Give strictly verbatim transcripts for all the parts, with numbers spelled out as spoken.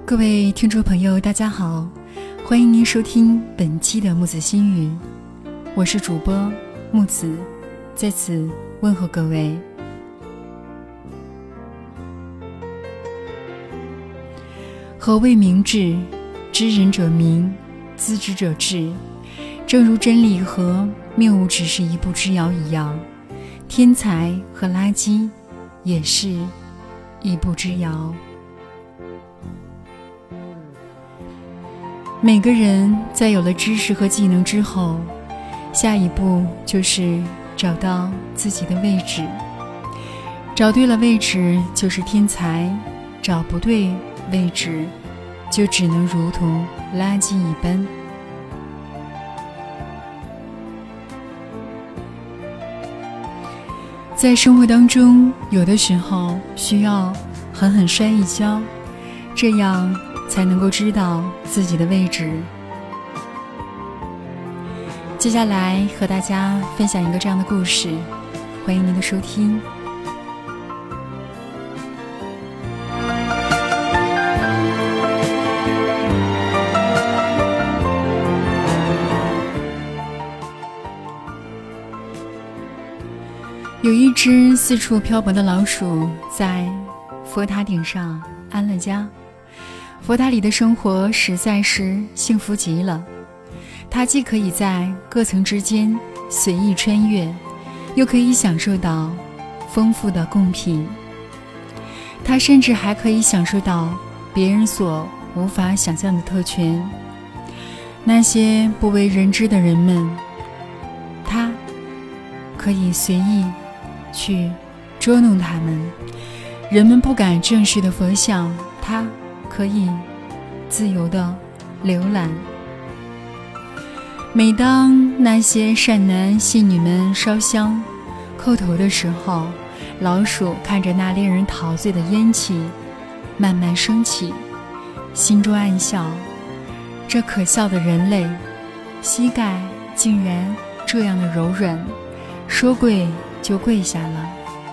各位听众朋友大家好，欢迎您收听本期的木子心语，我是主播木子，在此问候各位。何谓明智？知人者明，资之者智。正如真理和谬误只是一步之遥一样，天才和垃圾也是一步之遥。每个人在有了知识和技能之后，下一步就是找到自己的位置。找对了位置就是天才，找不对位置就只能如同垃圾一般。在生活当中，有的时候需要狠狠摔一跤，这样才能够知道自己的位置。接下来和大家分享一个这样的故事，欢迎您的收听。有一只四处漂泊的老鼠在佛塔顶上安了家，佛塔里的生活实在是幸福极了。它既可以在各层之间随意穿越，又可以享受到丰富的贡品。它甚至还可以享受到别人所无法想象的特权。那些不为人知的人们，它可以随意去捉弄他们。人们不敢正视的佛像，它可以自由地浏览。每当那些善男信女们烧香叩头的时候，老鼠看着那令人陶醉的烟气慢慢升起，心中暗笑，这可笑的人类，膝盖竟然这样的柔软，说跪就跪下了。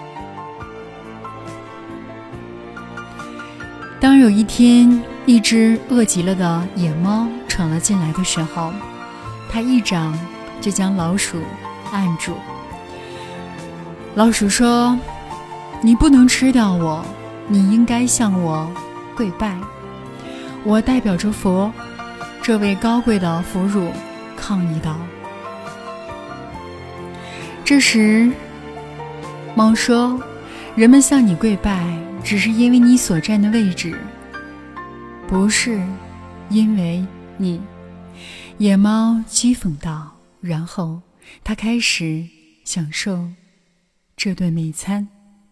当有一天，一只饿极了的野猫闯了进来的时候，它一掌就将老鼠按住。老鼠说：“你不能吃掉我，你应该向我跪拜。我代表着佛，这位高贵的俘虏抗议道。”这时猫说：“人们向你跪拜，只是因为你所占的位置，不是因为你。”野猫讥讽道，然后它开始享受这顿美餐。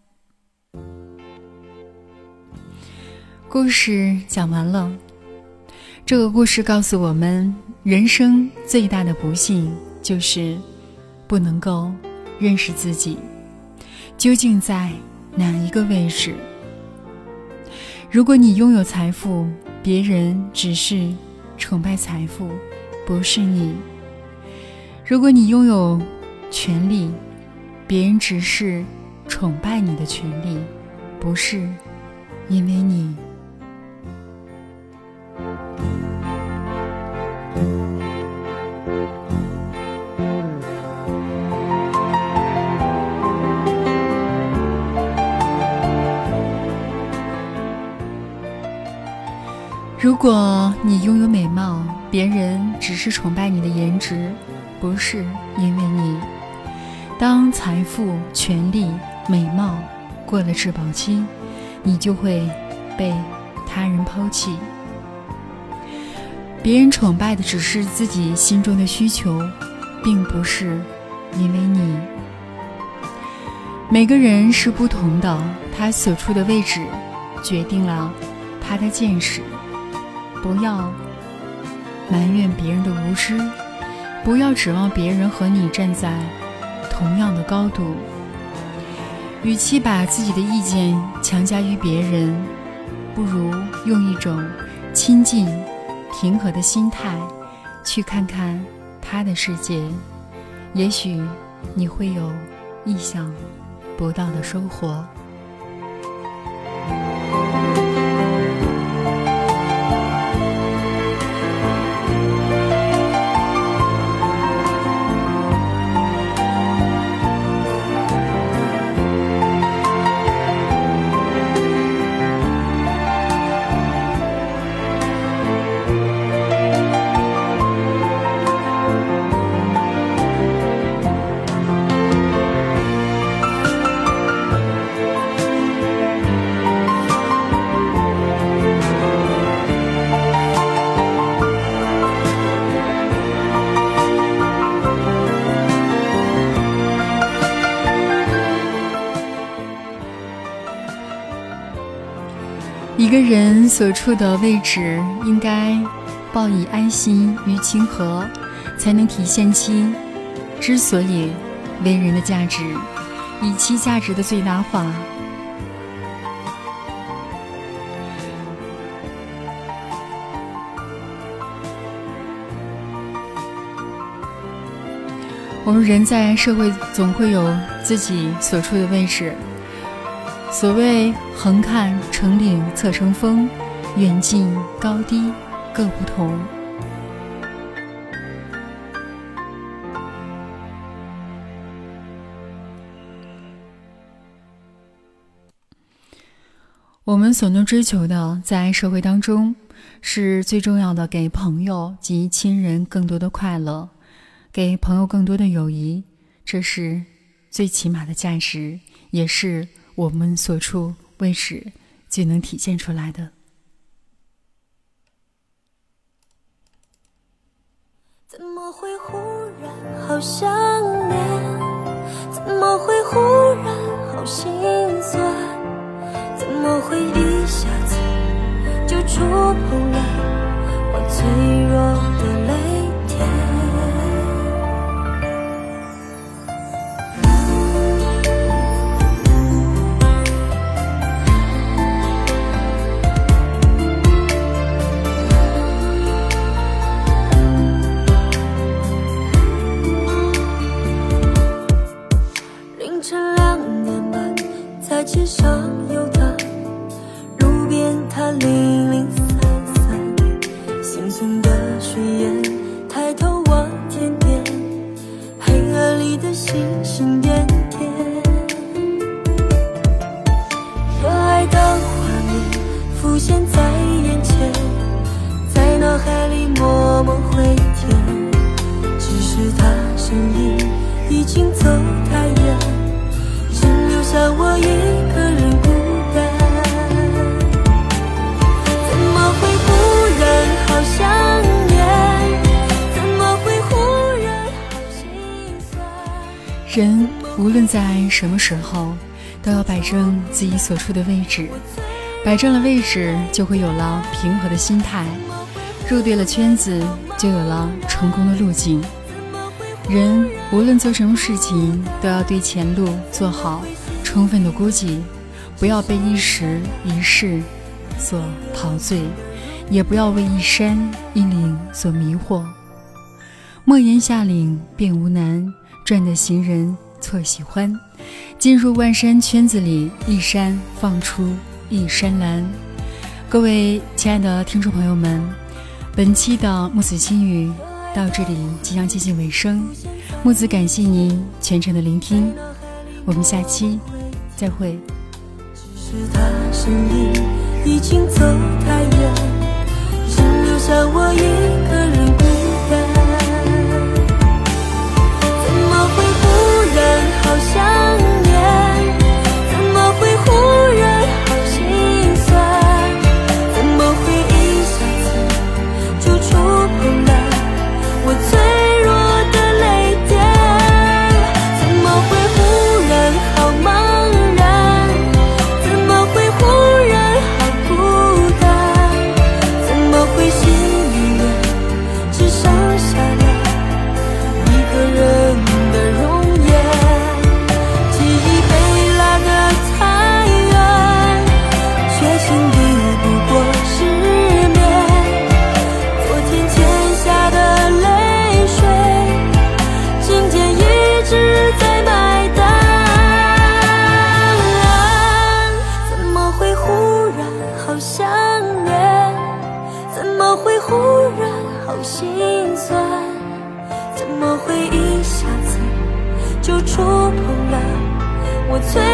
故事讲完了。这个故事告诉我们，人生最大的不幸就是不能够认识自己究竟在哪一个位置。如果你拥有财富，别人只是崇拜财富，不是你；如果你拥有权力，别人只是崇拜你的权力，不是因为你。如果你拥有美貌，别人只是崇拜你的颜值，不是因为你。当财富、权力、美貌过了质保期，你就会被他人抛弃。别人崇拜的只是自己心中的需求，并不是因为你。每个人是不同的，他所处的位置决定了他的见识。不要埋怨别人的无知，不要指望别人和你站在同样的高度。与其把自己的意见强加于别人，不如用一种亲近、平和的心态去看看他的世界，也许你会有意想不到的收获。 个人所处的位置应该报以安心与亲和，才能体现其之所以为人的价值，以其价值的最大化。我们人在社会总会有自己所处的位置，所谓横看成岭侧成峰，远近高低各不同。我们所能追求的，在社会当中是最重要的，给朋友及亲人更多的快乐，给朋友更多的友谊，这是最起码的价值，也是我们所处位置最能体现出来的。 怎么会忽然好想念？怎么会忽然好心酸？怎么会一下子就触碰了我脆弱的泪点？街上游荡，路边它零零散散，心酸的水烟，抬头望天边，黑暗里的星星点点，热爱的画面浮现在眼前，在脑海里默默回填，只是他身影已经走太远，留下我一个人孤单。怎么会忽然好想念？怎么会忽然好心酸？ 人无论在什么时候，都要摆正自己所处的位置，摆正了位置，就会有了平和的心态，入对了圈子，就有了成功的路径。人无论做什么事情，都要对前路做好充分的估计，不要被一时一事所陶醉，也不要为一山一岭所迷惑。莫言下岭便无难，赚得行人错喜欢。进入万山圈子里，一山放出一山蓝。各位亲爱的听众朋友们，本期的木子心语到这里即将接近尾声，木子感谢您全程的聆听，我们下期再会。 只是他身影已经走太远，只留下我一个人孤单。怎么会忽然好想念？怎么会忽然好心酸？怎么会一下子就触碰了我脆弱的泪点？怎么会忽然好茫然？怎么会忽然好孤单？怎么会心里面只剩下了一个人的容颜？记忆被拉得太远，却轻易不过失眠。昨天欠下的泪水，今天一直在买单。怎么会忽然好想念？怎么会忽然好心酸？怎么会一下子就触碰了我脆